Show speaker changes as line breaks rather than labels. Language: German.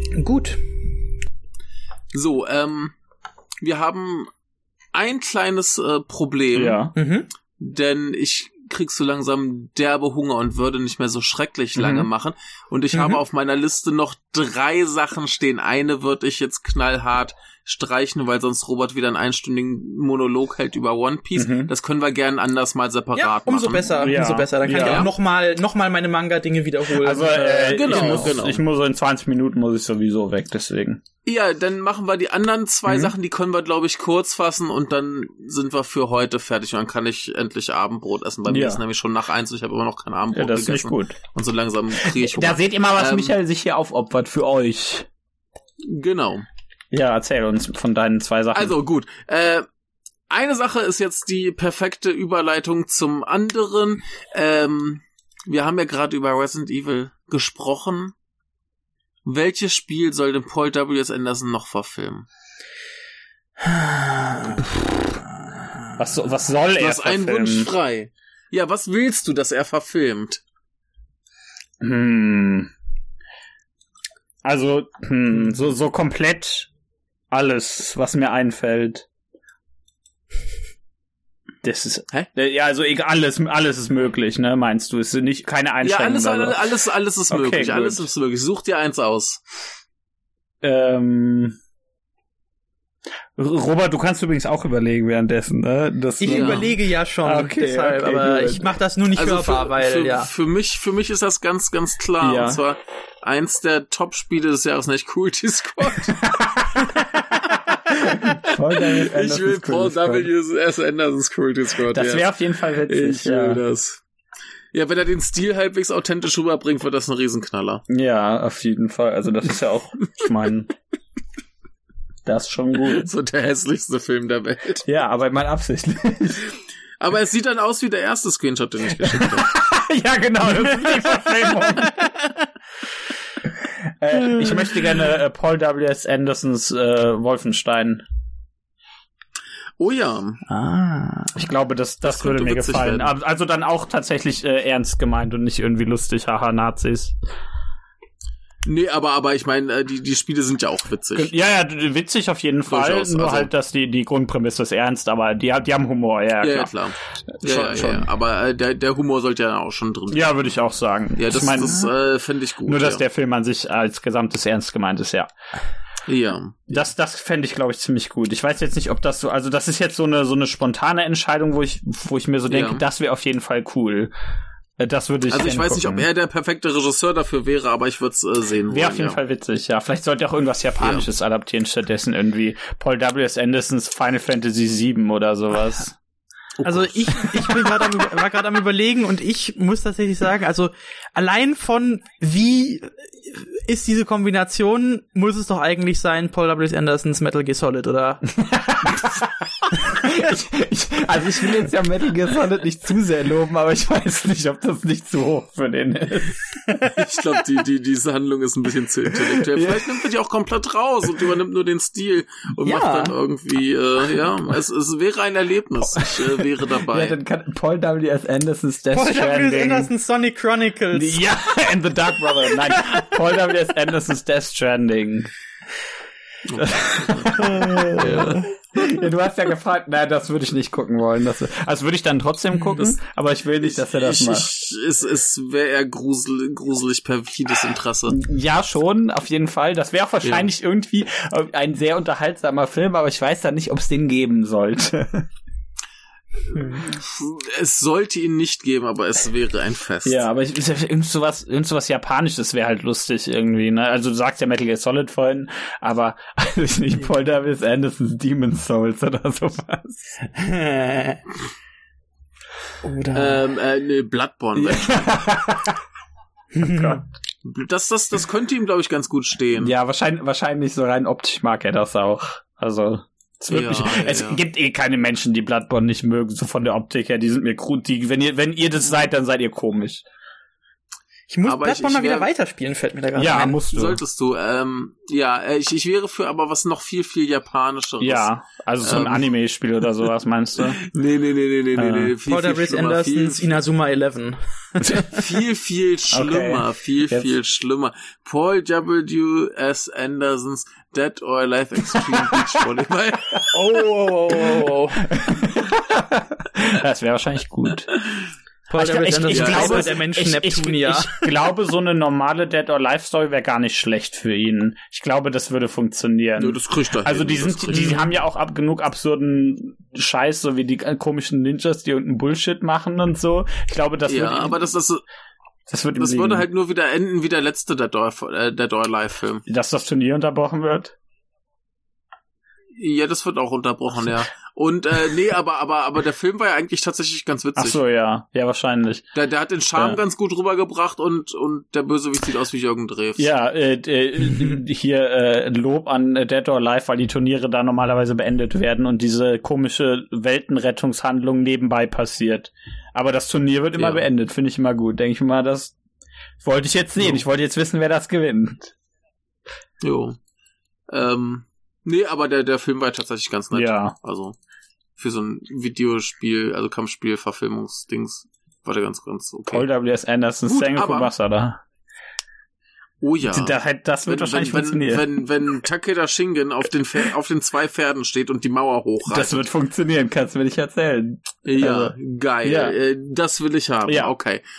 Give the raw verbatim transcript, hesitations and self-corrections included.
Gut.
So, ähm, wir haben ein kleines äh, Problem.
Ja.
Mhm.
Denn ich krieg so langsam derbe Hunger und würde nicht mehr so schrecklich lange
Mhm.
machen. Und ich
Mhm.
habe auf meiner Liste noch drei Sachen stehen. Eine würde ich jetzt knallhart streichen, weil sonst Robert wieder einen einstündigen Monolog hält über One Piece.
Mhm.
Das können wir gern anders mal separat
Ja, umso
machen.
besser,
Ja.
umso besser. Dann kann
Ja.
ich auch nochmal noch mal meine Manga-Dinge wiederholen.
Also, äh,
Genau,
ich, muss,
genau.
ich muss so in zwanzig Minuten muss ich sowieso weg, deswegen.
Ja, dann machen wir die anderen zwei
Mhm.
Sachen, die können wir, glaube ich, kurz fassen und dann sind wir für heute fertig und dann kann ich endlich Abendbrot essen. Bei mir
Ja.
ist nämlich schon nach eins und ich habe immer noch kein Abendbrot
Ja, das ist
gegessen.
nicht gut.
Und so langsam kriege ich Hunger.
Da seht ihr mal, was
Ähm,
Michael sich hier aufopfert für euch.
Genau.
Ja, erzähl uns von deinen zwei Sachen.
Also gut, äh, eine Sache ist jetzt die perfekte Überleitung zum anderen. Ähm, wir haben ja gerade über Resident Evil gesprochen. Welches Spiel soll denn Paul W S. Anderson noch verfilmen?
was, so- was soll
Du
er
hast einen
verfilmen?
Wunsch frei. Ja, was willst du, dass er verfilmt?
Hm. Also, hm, so, so komplett alles, was mir einfällt. Das ist,
Hä?
Ja, also egal, alles, alles ist möglich, ne, meinst du? Es sind nicht, keine
Ja,
Einschränkungen.
alles,
oder so.
alles, alles, alles ist
Okay,
möglich.
gut.
Alles ist möglich. Such dir eins aus.
Ähm, R- Robert, du kannst übrigens auch überlegen währenddessen, ne? Das,
ich
Ja.
überlege ja schon,
Okay,
deshalb,
okay,
aber
gut.
ich mache das nur nicht
Also
hörbar,
für,
weil,
für,
ja.
für mich, für mich ist das ganz, ganz klar.
Ja.
Und zwar eins der Top-Spiele des Jahres, nicht Cruelty Squad. Ich will Paul W S. Anderson's Cruelty Squad.
Das
ja.
wäre auf jeden Fall witzig,
Ich will
ja.
das. Ja, wenn er den Stil halbwegs authentisch rüberbringt, wird das ein Riesenknaller.
Ja, auf jeden Fall. Also das ist ja auch, ich meine, das ist schon gut.
So der hässlichste Film der Welt.
Ja, aber mal absichtlich.
Aber es sieht dann aus wie der erste Screenshot, den ich geschickt habe.
Ja, genau, das ist die Verfilmung. äh, ich möchte gerne äh, Paul W S. Andersons äh, Wolfenstein.
Oh ja.
Ah. Ich glaube, das, das,
Das
würde
könnte
mir
witzig
gefallen.
werden.
Also dann auch tatsächlich äh, ernst gemeint und nicht irgendwie lustig, haha, Nazis.
Nee, aber, aber ich meine, äh, die, die Spiele sind ja auch witzig.
Ja, ja, d- witzig auf jeden Fall.
Durchaus,
Nur
also-
halt, dass die, die Grundprämisse ist ernst, aber die, die haben Humor, ja,
Ja, ja,
klar.
klar. Ja,
Schon-
ja,
schon.
ja. Aber äh, der, der Humor sollte ja auch schon drin sein.
Ja, würde ich auch sagen.
Ja, das,
ich mein,
das äh, finde ich gut.
nur, dass
ja.
der Film an sich als gesamtes ernst gemeint ist, ja.
Ja.
Das, das fände ich, glaube ich, ziemlich gut. Ich weiß jetzt nicht, ob das so, also das ist jetzt so eine, so eine spontane Entscheidung, wo ich, wo ich mir so denke,
Ja.
das wäre auf jeden Fall cool. Äh, Das würde ich
Also ich
gerne
weiß nicht, ob
gucken.
er der perfekte Regisseur dafür wäre, aber ich würde es äh, sehen wollen.
Wäre auf jeden
ja.
Fall witzig, ja. Vielleicht sollte er auch irgendwas Japanisches adaptieren, stattdessen irgendwie Paul W S. Andersons Final Fantasy sieben oder sowas.
Also ich, ich bin gerade am, über- war gerade am Überlegen und ich muss tatsächlich sagen, also allein von wie ist diese Kombination, muss es doch eigentlich sein Paul W S. Andersons Metal Gear Solid, oder?
ich, ich, also ich will jetzt ja Metal Gear Solid nicht zu sehr loben, aber ich weiß nicht, ob das nicht zu hoch für den ist.
Ich glaube, die, die, diese Handlung ist ein bisschen zu intellektuell.
Ja.
Vielleicht nimmt er die auch komplett raus und übernimmt nur den Stil und
Ja.
macht dann irgendwie, äh, ja, es, es wäre ein Erlebnis. Ich äh, wäre dabei.
Ja, dann kann Paul W S. Anderson's Death
Paul W S.
Stranding.
Anderson's Sonic Chronicles.
Ja, and the Dark Brother. Nein, Paul W S. Anderson's Death Stranding.
ja.
Ja, du hast ja gefragt, nein, das würde ich nicht gucken wollen. Das, also würde ich dann trotzdem gucken,
Das-
aber ich will nicht, dass er das
ich,
macht.
ich, es es wäre eher grusel, gruselig perfides Interesse.
Ja, schon, auf jeden Fall. Das wäre auch wahrscheinlich irgendwie ein sehr unterhaltsamer Film, aber ich weiß dann nicht, ob es den geben sollte.
Es sollte ihn nicht geben, aber es wäre ein Fest.
Ja, aber ich, irgend sowas, irgend sowas Japanisches wäre halt lustig irgendwie, ne? Also du sagst ja Metal Gear Solid vorhin, aber also ich nicht Paul W S. Anderson's Demon's Souls oder sowas.
Oder
Ähm, äh, nee, Bloodborne.
Oh Gott.
Das, das, das könnte ihm, glaube ich, ganz gut stehen.
Ja, wahrscheinlich, wahrscheinlich so rein optisch mag er das auch. Also, es, wird
Ja,
mich,
ja,
es
ja.
gibt eh keine Menschen, die Bloodborne nicht mögen, so von der Optik her. Die sind mir krud. Die, wenn ihr, wenn ihr das seid, dann seid ihr komisch.
Ich muss
Aber
Bloodborne
ich-
mal
ich
wieder
wär-
weiterspielen, fällt mir da gerade
Ja,
ein.
musst du.
Solltest du. Ähm, ja, äh, ich, ich wäre für aber was noch viel, viel Japanischeres.
Ja, also so ein
Ähm.
Anime-Spiel oder sowas, meinst du?
Nee, nee, nee, nee, nee,
Äh.
nee. Viel,
Paul
viel
W.
schlimmer. Viel,
Andersons Inazuma elf.
viel, viel schlimmer. Viel,
Jetzt.
viel schlimmer. Paul W. S. Andersons Dead or Alive Extreme Beach Volleyball.
Oh, oh, oh, oh, oh.
Das wäre wahrscheinlich gut.
Paul
Ich,
W.
ich,
Anderson
ich,
ja,
ist
glaube,
der Menschen
ich, ich,
Neptunia.
ich glaube, so eine normale Dead or Life Story wäre gar nicht schlecht für ihn. Ich glaube, das würde funktionieren.
Ja, das kriegt er
Also
hin,
die
das
sind,
kriegt
die
er.
haben ja auch ab genug absurden Scheiß, so wie die äh, komischen Ninjas, die irgendeinen Bullshit machen und so. Ich glaube, das
Ja,
wird ihm,
aber das, das,
das wird ihm
das
liegen.
würde halt nur wieder enden wie der letzte Dead or, äh, Dead or Alive Film.
Dass das Turnier unterbrochen wird.
Ja, das wird auch unterbrochen, ja. Und äh, nee, aber aber aber der Film war ja eigentlich tatsächlich ganz witzig.
Ach so, ja. Ja, wahrscheinlich.
Der, der hat den Charme
Ja.
ganz gut rübergebracht und und der Bösewicht sieht aus wie Jürgen Drews.
Ja, äh, äh, hier äh, Lob an äh, Dead or Alive, weil die Turniere da normalerweise beendet werden und diese komische Weltenrettungshandlung nebenbei passiert. Aber das Turnier wird immer
Ja.
beendet, finde ich immer gut. Denke ich mal, das wollte ich jetzt sehen.
Jo.
Ich wollte jetzt wissen, wer das gewinnt.
Jo. Ähm, nee, aber der der Film war tatsächlich ganz nett.
Ja.
Also für so ein Videospiel, also Kampfspiel, Verfilmungsdings, war der ganz ganz okay.
Paul W. S. Anderson,
Gut,
Sengoku
aber-
Masada.
Oh ja.
Das, das wird
Wenn,
wahrscheinlich
wenn,
funktionieren.
wenn, wenn, wenn Takeda Shingen auf den, Pfer- auf den zwei Pferden steht und die Mauer hochreißt.
Das wird funktionieren, kannst du mir nicht erzählen.
Ja,
Also,
geil.
ja.
Äh, Das will ich haben.
Ja.
Okay.